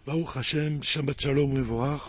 Baruch Hashem, Shabbat Shalom Mevorach.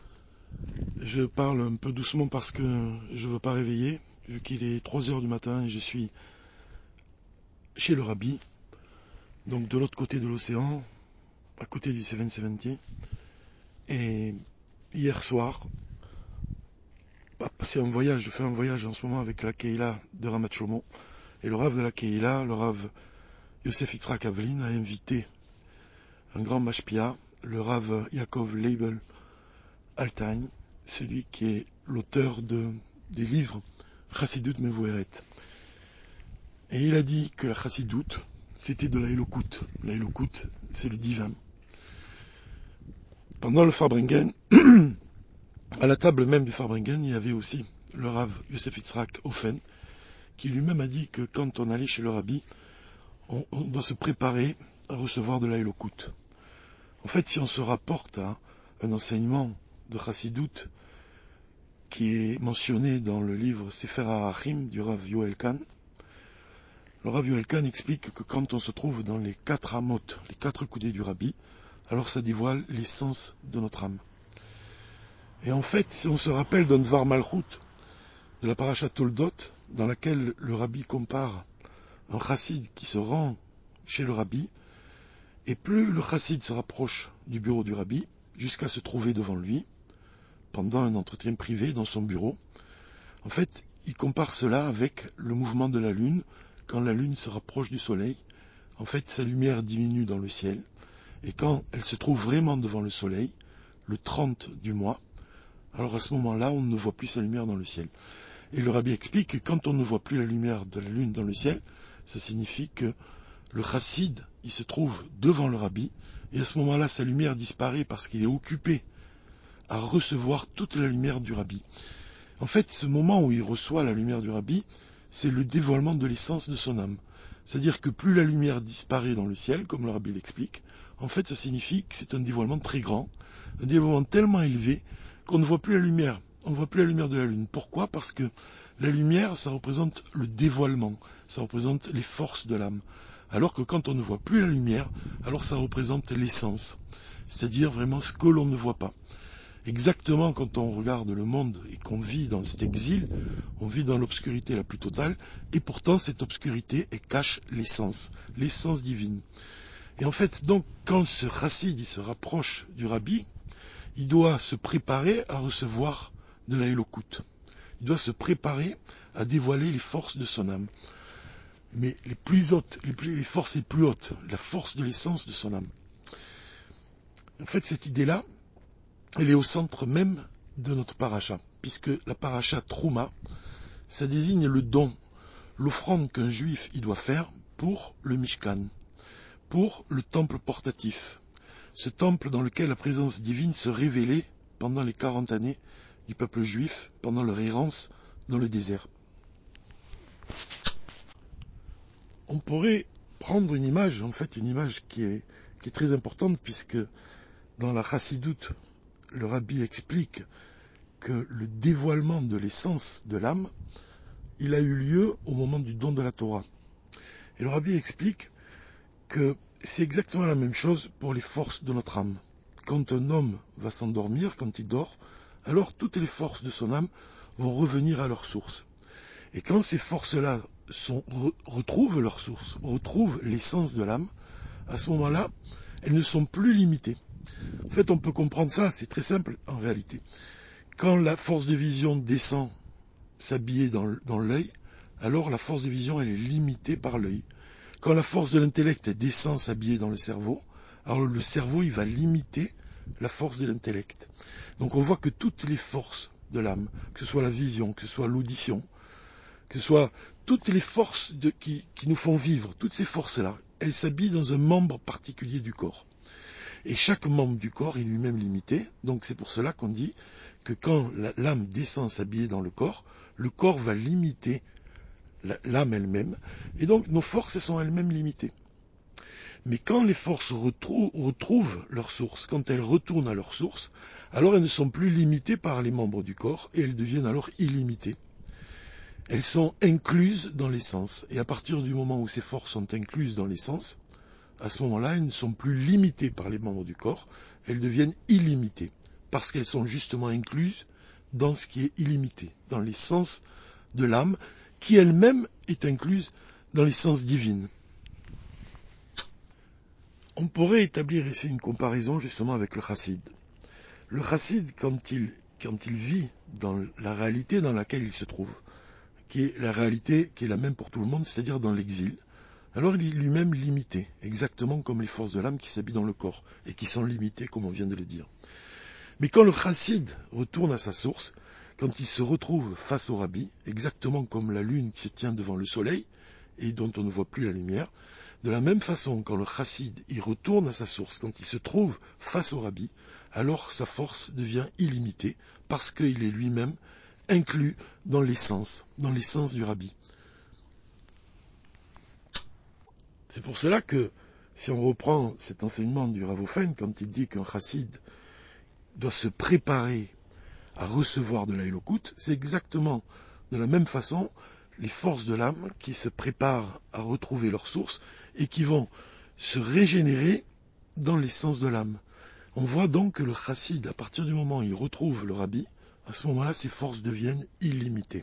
Je parle un peu doucement parce que je ne veux pas réveiller, vu qu'il est 3 heures du matin et je suis chez le Rabbi, donc de l'autre côté de l'océan, à côté du 770. Et hier soir, c'est un voyage, je fais un voyage en ce moment avec la Keila de Ramat Shlomo. Et le Rav de la Keila, le Rav Yosef Yitzhak Avlin, a invité un grand mashpia, le Rav Yaakov Leibel Altaïn, celui qui est l'auteur des livres Chassidut Mevoeret. Et il a dit que la Chassidut, c'était de la Elokut. La Elokut, c'est le divin. Pendant le Farbrengen, à la table même du Farbrengen, il y avait aussi le Rav Yosef Yitzhak Ofen, qui lui-même a dit que quand on allait chez le Rabbi, on doit se préparer à recevoir de la Elokut. En fait, si on se rapporte à un enseignement de Chassidut qui est mentionné dans le livre Sefer HaArachim du Rav Yoel Kahn, le Rav Yoel Kahn explique que quand on se trouve dans les 4 amot, les 4 coudées du Rabbi, alors ça dévoile l'essence de notre âme. Et en fait, si on se rappelle d'un Dvar Malchut, de la Parashat Toldot, dans laquelle le Rabbi compare un chassid qui se rend chez le Rabbi, et plus le chassid se rapproche du bureau du Rabbi, jusqu'à se trouver devant lui, pendant un entretien privé dans son bureau, en fait, il compare cela avec le mouvement de la lune. Quand la lune se rapproche du soleil, en fait, sa lumière diminue dans le ciel, et quand elle se trouve vraiment devant le soleil, le 30 du mois, alors à ce moment-là, on ne voit plus sa lumière dans le ciel. Et le Rabbi explique que quand on ne voit plus la lumière de la lune dans le ciel, ça signifie que le chassid, il se trouve devant le Rabbi, et à ce moment-là, sa lumière disparaît parce qu'il est occupé à recevoir toute la lumière du Rabbi. En fait, ce moment où il reçoit la lumière du Rabbi, c'est le dévoilement de l'essence de son âme. C'est-à-dire que plus la lumière disparaît dans le ciel, comme le Rabbi l'explique, en fait, ça signifie que c'est un dévoilement très grand, un dévoilement tellement élevé qu'on ne voit plus la lumière. On ne voit plus la lumière de la lune. Pourquoi ? Parce que la lumière, ça représente le dévoilement, ça représente les forces de l'âme. Alors que quand on ne voit plus la lumière, alors ça représente l'essence, c'est-à-dire vraiment ce que l'on ne voit pas. Exactement quand on regarde le monde et qu'on vit dans cet exil, on vit dans l'obscurité la plus totale, et pourtant cette obscurité, elle cache l'essence divine. Et en fait, donc, quand ce chassid, il se rapproche du Rabbi, il doit se préparer à recevoir de la Elokut. Il doit se préparer à dévoiler les forces de son âme. Mais les plus hautes, les forces les plus hautes, la force de l'essence de son âme. En fait, cette idée-là, elle est au centre même de notre paracha, puisque la paracha Trouma, ça désigne le don, l'offrande qu'un juif il doit faire pour le Mishkan, pour le temple portatif, ce temple dans lequel la présence divine se révélait pendant les 40 années du peuple juif, pendant leur errance dans le désert. On pourrait prendre une image, en fait une image qui est très importante, puisque dans la Chassidut, le Rabbi explique que le dévoilement de l'essence de l'âme, il a eu lieu au moment du don de la Torah. Et le Rabbi explique que c'est exactement la même chose pour les forces de notre âme. Quand un homme va s'endormir, quand il dort, alors toutes les forces de son âme vont revenir à leur source. Et quand ces forces-là retrouvent leur source, retrouvent l'essence de l'âme, à ce moment-là, elles ne sont plus limitées. En fait, on peut comprendre ça, c'est très simple en réalité. Quand la force de vision descend s'habiller dans l'œil, alors la force de vision elle est limitée par l'œil. Quand la force de l'intellect descend s'habiller dans le cerveau, alors le cerveau il va limiter la force de l'intellect. Donc on voit que toutes les forces de l'âme, que ce soit la vision, que ce soit l'audition, que ce soit toutes les forces qui nous font vivre, toutes ces forces-là, elles s'habillent dans un membre particulier du corps. Et chaque membre du corps est lui-même limité, donc c'est pour cela qu'on dit que quand l'âme descend s'habiller dans le corps va limiter l'âme elle-même, et donc nos forces sont elles-mêmes limitées. Mais quand les forces retrouvent leur source, quand elles retournent à leur source, alors elles ne sont plus limitées par les membres du corps, et elles deviennent alors illimitées. Elles sont incluses dans l'essence, et à partir du moment où ces forces sont incluses dans l'essence, à ce moment-là, elles ne sont plus limitées par les membres du corps, elles deviennent illimitées, parce qu'elles sont justement incluses dans ce qui est illimité, dans l'essence de l'âme, qui elle-même est incluse dans l'essence divine. On pourrait établir ici une comparaison justement avec le chassid. Le chassid, quand il vit dans la réalité dans laquelle il se trouve, qui est la réalité qui est la même pour tout le monde, c'est-à-dire dans l'exil, alors il est lui-même limité, exactement comme les forces de l'âme qui s'habillent dans le corps, et qui sont limitées, comme on vient de le dire. Mais quand le chassid retourne à sa source, quand il se retrouve face au rabbi, exactement comme la lune qui se tient devant le soleil, et dont on ne voit plus la lumière, de la même façon, quand le chassid y retourne à sa source, quand il se trouve face au rabbi, alors sa force devient illimitée, parce qu'il est lui-même inclus dans l'essence du rabbi. C'est pour cela que, si on reprend cet enseignement du Rav Ofen, quand il dit qu'un chassid doit se préparer à recevoir de la Elokut, c'est exactement de la même façon les forces de l'âme qui se préparent à retrouver leur source et qui vont se régénérer dans l'essence de l'âme. On voit donc que le chassid, à partir du moment où il retrouve le rabbi, à ce moment-là, ses forces deviennent illimitées.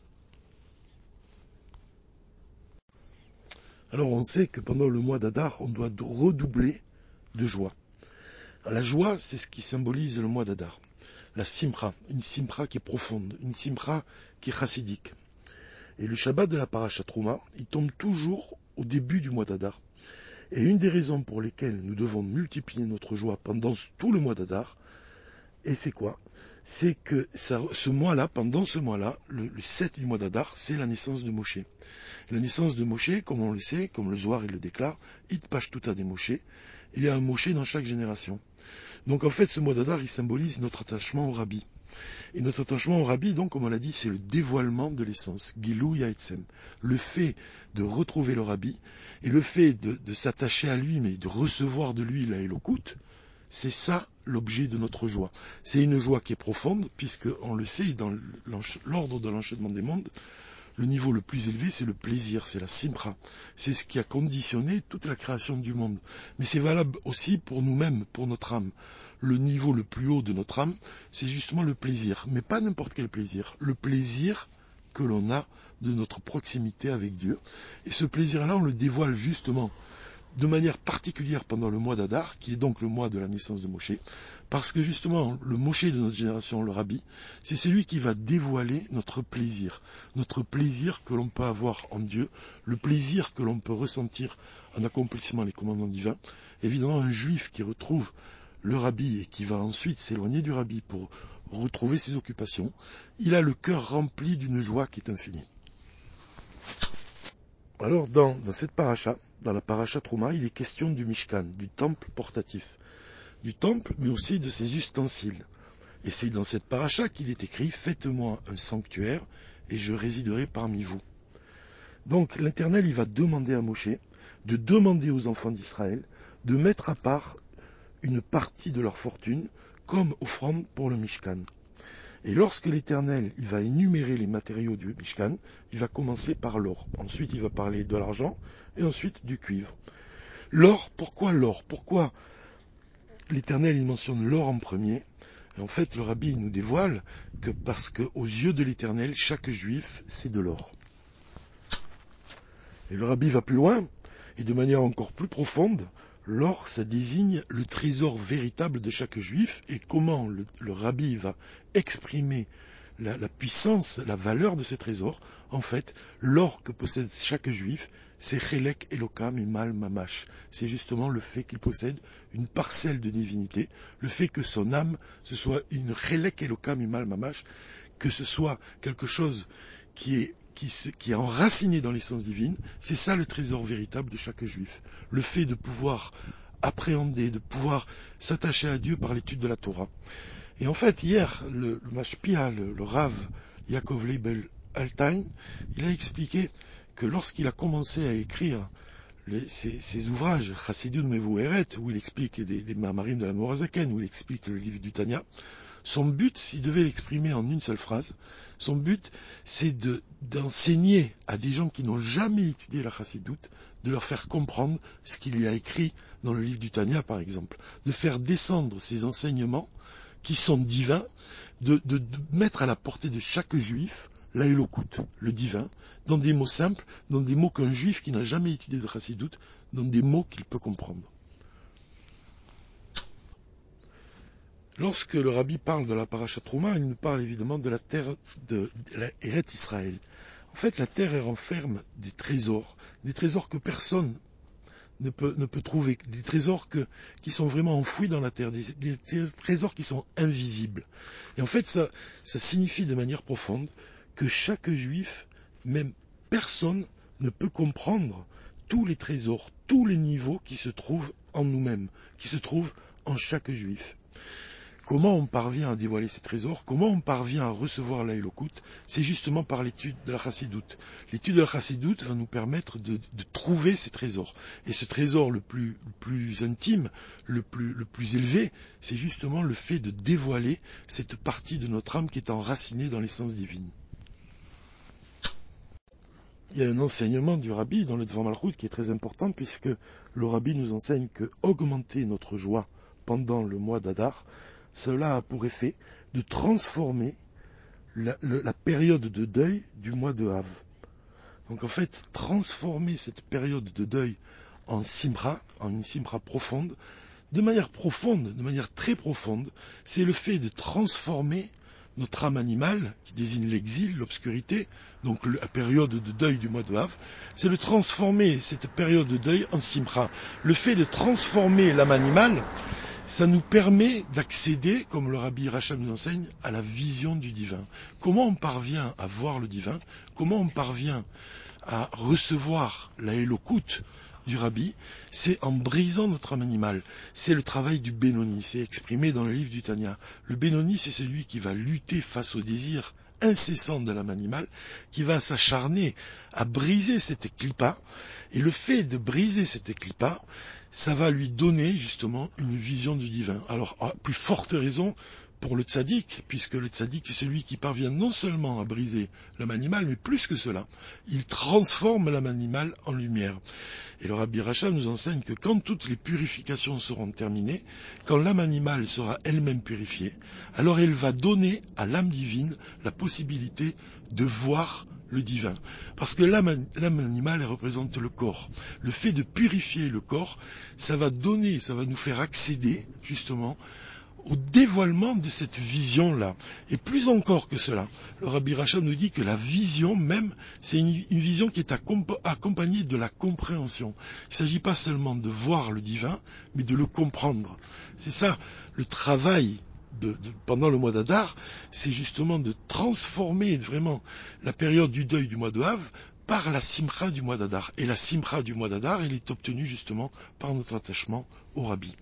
Alors on sait que pendant le mois d'Adar, on doit redoubler de joie. La joie, c'est ce qui symbolise le mois d'Adar. La simcha, une simcha qui est profonde, une simcha qui est chassidique. Et le Shabbat de la Parashat Trouma, il tombe toujours au début du mois d'Adar. Et une des raisons pour lesquelles nous devons multiplier notre joie pendant tout le mois d'Adar, et c'est quoi? C'est que ce mois-là, pendant ce mois-là, le 7 du mois d'Adar, c'est la naissance de Moshe. La naissance de Moshe, comme on le sait, comme le Zohar il le déclare, It Pashtuta des Moshe, il y a un Moshe dans chaque génération. Donc en fait, ce mois d'Adar, il symbolise notre attachement au Rabbi. Et notre attachement au Rabbi, donc, comme on l'a dit, c'est le dévoilement de l'essence, Gilou Yaetzem. Le fait de retrouver le Rabbi, et le fait de s'attacher à lui, mais de recevoir de lui la Elokut, c'est ça l'objet de notre joie. C'est une joie qui est profonde, puisque, on le sait, dans l'ordre de l'enchaînement des mondes, le niveau le plus élevé, c'est le plaisir, c'est la simcha. C'est ce qui a conditionné toute la création du monde. Mais c'est valable aussi pour nous-mêmes, pour notre âme. Le niveau le plus haut de notre âme, c'est justement le plaisir. Mais pas n'importe quel plaisir. Le plaisir que l'on a de notre proximité avec Dieu. Et ce plaisir-là, on le dévoile justement de manière particulière pendant le mois d'Adar, qui est donc le mois de la naissance de Moshe, parce que justement, le Moshe de notre génération, le Rabbi, c'est celui qui va dévoiler notre plaisir que l'on peut avoir en Dieu, le plaisir que l'on peut ressentir en accomplissant les commandements divins. Évidemment, un juif qui retrouve le Rabbi et qui va ensuite s'éloigner du Rabbi pour retrouver ses occupations, il a le cœur rempli d'une joie qui est infinie. Alors, dans cette paracha, dans la paracha Trouma, il est question du Mishkan, du temple portatif. Du temple, mais aussi de ses ustensiles. Et c'est dans cette paracha qu'il est écrit « Faites-moi un sanctuaire, et je résiderai parmi vous ». Donc, l'Éternel, il va demander à Moshe, de demander aux enfants d'Israël, de mettre à part une partie de leur fortune, comme offrande pour le Mishkan. Et lorsque l'Éternel, il va énumérer les matériaux du Mishkan, il va commencer par l'or. Ensuite, il va parler de l'argent et ensuite du cuivre. L'or, pourquoi l'or? Pourquoi l'Éternel, il mentionne l'or en premier? Et en fait, le Rabbi nous dévoile que parce qu'aux yeux de l'Éternel, chaque juif, c'est de l'or. Et le Rabbi va plus loin, et de manière encore plus profonde. L'or, ça désigne le trésor véritable de chaque juif, et comment le Rabbi va exprimer la puissance, la valeur de ces trésors. En fait, l'or que possède chaque juif, c'est Chelek Elokam Imal Mamash. C'est justement le fait qu'il possède une parcelle de divinité, le fait que son âme, ce soit une Chelek Elokam Imal Mamash, que ce soit quelque chose qui est enraciné dans l'essence divine. C'est ça le trésor véritable de chaque juif. Le fait de pouvoir appréhender, de pouvoir s'attacher à Dieu par l'étude de la Torah. Et en fait, hier, le Mashpia, le Rav Yaakov Leibel Altain, il a expliqué que lorsqu'il a commencé à écrire ses ouvrages, Chassidut Mevu Eret, où il explique les Mamarim de la Morazaken, où il explique le livre du Tanya, Son but, s'il devait l'exprimer en une seule phrase, son but, c'est d'enseigner à des gens qui n'ont jamais étudié la chassidoute, de leur faire comprendre ce qu'il y a écrit dans le livre du Tanya, par exemple, de faire descendre ces enseignements qui sont divins, de mettre à la portée de chaque juif l'Elokut, le divin, dans des mots simples, dans des mots qu'un juif qui n'a jamais étudié de chassidoute, dans des mots qu'il peut comprendre. Lorsque le rabbi parle de la Parashat Trouma, il nous parle évidemment de la terre de la Eretz Israël. En fait, la terre elle renferme des trésors que personne ne peut trouver, des trésors qui sont vraiment enfouis dans la terre, des trésors qui sont invisibles. Et en fait, ça signifie de manière profonde que chaque juif, même personne, ne peut comprendre tous les trésors, tous les niveaux qui se trouvent en nous-mêmes, qui se trouvent en chaque juif. Comment on parvient à dévoiler ces trésors, comment on parvient à recevoir la Elokut, c'est justement par l'étude de la Chassidoute. L'étude de la Chassidoute va nous permettre de trouver ces trésors. Et ce trésor le plus intime, le plus élevé, c'est justement le fait de dévoiler cette partie de notre âme qui est enracinée dans l'essence divine. Il y a un enseignement du rabbi dans le Dvar Malchut qui est très important puisque le rabbi nous enseigne que augmenter notre joie pendant le mois d'Adar, cela a pour effet de transformer la période de deuil du mois de Av. Donc en fait, transformer cette période de deuil en simra, en une simra profonde, de manière très profonde, c'est le fait de transformer notre âme animale, qui désigne l'exil, l'obscurité, donc la période de deuil du mois de Av, c'est de transformer cette période de deuil en simra. Le fait de transformer l'âme animale, ça nous permet d'accéder, comme le rabbi Racham nous enseigne, à la vision du divin. Comment on parvient à voir le divin? Comment on parvient à recevoir la Elokut du rabbi? C'est en brisant notre âme animale. C'est le travail du Benoni, c'est exprimé dans le livre du Tanya. Le Benoni, c'est celui qui va lutter face au désir incessant de l'âme animale, qui va s'acharner à briser cette clipa. Et le fait de briser cette clipa, ça va lui donner justement une vision du divin. Alors, à plus forte raison pour le tzaddik, puisque le tzaddik c'est celui qui parvient non seulement à briser l'âme animale, mais plus que cela, il transforme l'âme animale en lumière. Et le rabbi Racham nous enseigne que quand toutes les purifications seront terminées, quand l'âme animale sera elle-même purifiée, alors elle va donner à l'âme divine la possibilité de voir le divin. Parce que l'âme animale, elle représente le corps. Le fait de purifier le corps, ça va nous faire accéder, justement, au dévoilement de cette vision-là. Et plus encore que cela, le rabbi Racham nous dit que la vision même, c'est une vision qui est accompagnée de la compréhension. Il ne s'agit pas seulement de voir le divin, mais de le comprendre. C'est ça, le travail pendant le mois d'Adar, c'est justement de transformer vraiment la période du deuil du mois de Av par la simcha du mois d'Adar. Et la simcha du mois d'Adar, elle est obtenue justement par notre attachement au rabbi.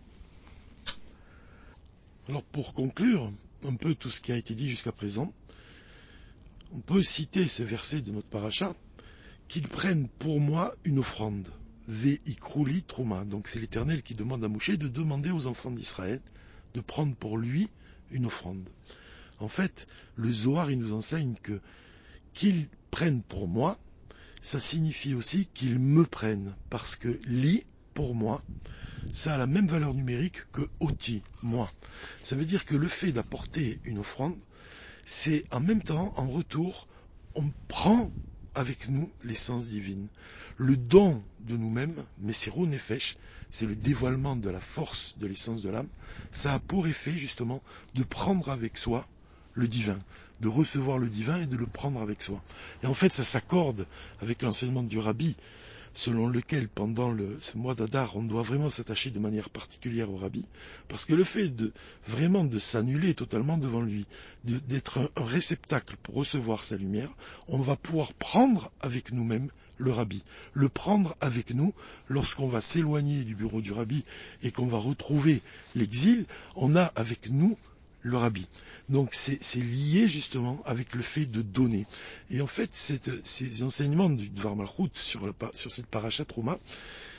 Alors pour conclure un peu tout ce qui a été dit jusqu'à présent, on peut citer ce verset de notre paracha, qu'ils prennent pour moi une offrande. Ve'ikruli Trouma. Donc c'est l'Éternel qui demande à Moshe de demander aux enfants d'Israël de prendre pour lui une offrande. En fait, le Zohar il nous enseigne que qu'ils prennent pour moi, ça signifie aussi qu'ils me prennent, parce que li, pour moi, ça a la même valeur numérique que oti, moi. Ça veut dire que le fait d'apporter une offrande, c'est en même temps, en retour, on prend avec nous l'essence divine. Le don de nous-mêmes, Messirou Nefesh, c'est le dévoilement de la force de l'essence de l'âme, ça a pour effet justement de prendre avec soi le divin, de recevoir le divin et de le prendre avec soi. Et en fait, ça s'accorde avec l'enseignement du Rabbi, selon lequel pendant ce mois d'Adar, on doit vraiment s'attacher de manière particulière au Rabbi, parce que le fait de vraiment de s'annuler totalement devant lui, d'être un réceptacle pour recevoir sa lumière, on va pouvoir prendre avec nous-mêmes le Rabbi, le prendre avec nous lorsqu'on va s'éloigner du bureau du Rabbi et qu'on va retrouver l'exil, on a avec nous le Rabbi. Donc c'est lié justement avec le fait de donner. Et en fait, ces enseignements du Dvar Malchut sur cette Parashat Trouma,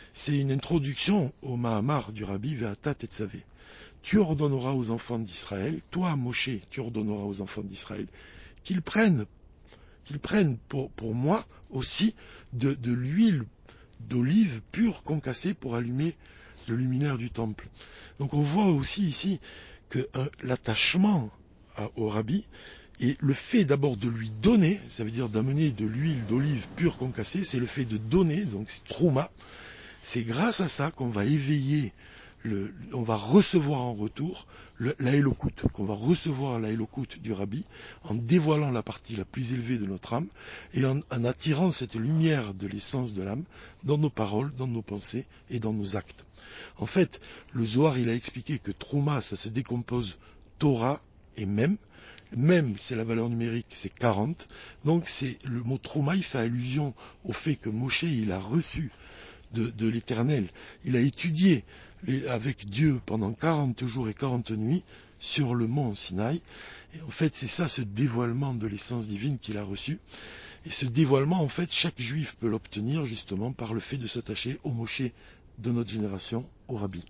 c'est une introduction au Mahamar du Rabbi Ve'ata Tetzavé. Tu ordonneras aux enfants d'Israël, toi Moshe, tu ordonneras aux enfants d'Israël, qu'ils prennent pour moi aussi de l'huile d'olive pure concassée pour allumer le luminaire du temple. Donc on voit aussi ici que l'attachement au Rabbi et le fait d'abord de lui donner, ça veut dire d'amener de l'huile d'olive pure concassée, c'est le fait de donner, donc c'est trouma. C'est grâce à ça qu'on va éveiller, on va recevoir en retour la Elokout, qu'on va recevoir la Elokout du Rabbi en dévoilant la partie la plus élevée de notre âme et en attirant cette lumière de l'essence de l'âme dans nos paroles, dans nos pensées et dans nos actes. En fait, le Zohar, il a expliqué que Trouma, ça se décompose Torah et Mem. Mem, c'est la valeur numérique, c'est 40. Donc le mot Trouma, il fait allusion au fait que Moshe, il a reçu de l'Éternel. Il a étudié avec Dieu pendant 40 jours et 40 nuits sur le mont Sinaï. Et en fait, c'est ça, ce dévoilement de l'essence divine qu'il a reçu. Et ce dévoilement, en fait, chaque juif peut l'obtenir justement par le fait de s'attacher au Moshe de notre génération, au Rabbi.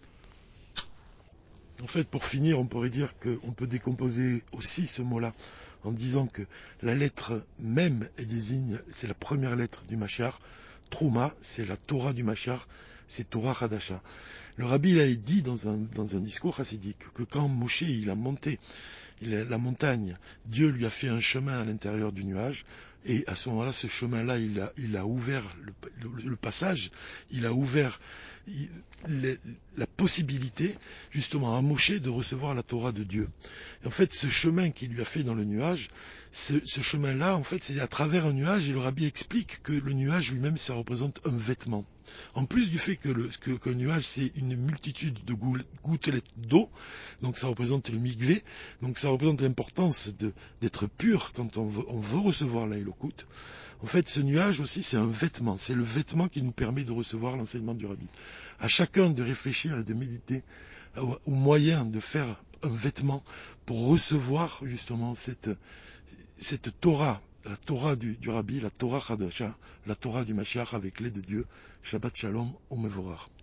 En fait, pour finir, on pourrait dire qu'on peut décomposer aussi ce mot-là en disant que la lettre Mem désigne, c'est la première lettre du Machar. Trouma, c'est la Torah du Machar, c'est Torah Hadasha. Le Rabbi il a dit dans un discours chassidique que quand Moshe il a monté la montagne, Dieu lui a fait un chemin à l'intérieur du nuage, et à ce moment-là, ce chemin-là, il a ouvert le passage, il a ouvert la possibilité, justement, à Moshe de recevoir la Torah de Dieu. Et en fait, ce chemin qu'il lui a fait dans le nuage, ce chemin-là, en fait, c'est à travers un nuage, et le Rabbi explique que le nuage lui-même, ça représente un vêtement. En plus du fait que le nuage, c'est une multitude de gouttelettes d'eau, donc ça représente le migvé, donc ça représente l'importance d'être pur quand on veut recevoir la Elokout. En fait, ce nuage aussi, c'est un vêtement, c'est le vêtement qui nous permet de recevoir l'enseignement du Rabbi. À chacun de réfléchir et de méditer au moyen de faire un vêtement pour recevoir justement cette Torah, la Torah du Rabbi, la Torah Hadasha, la Torah du Mashiach avec l'aide de Dieu. Shabbat Shalom, Omevorach.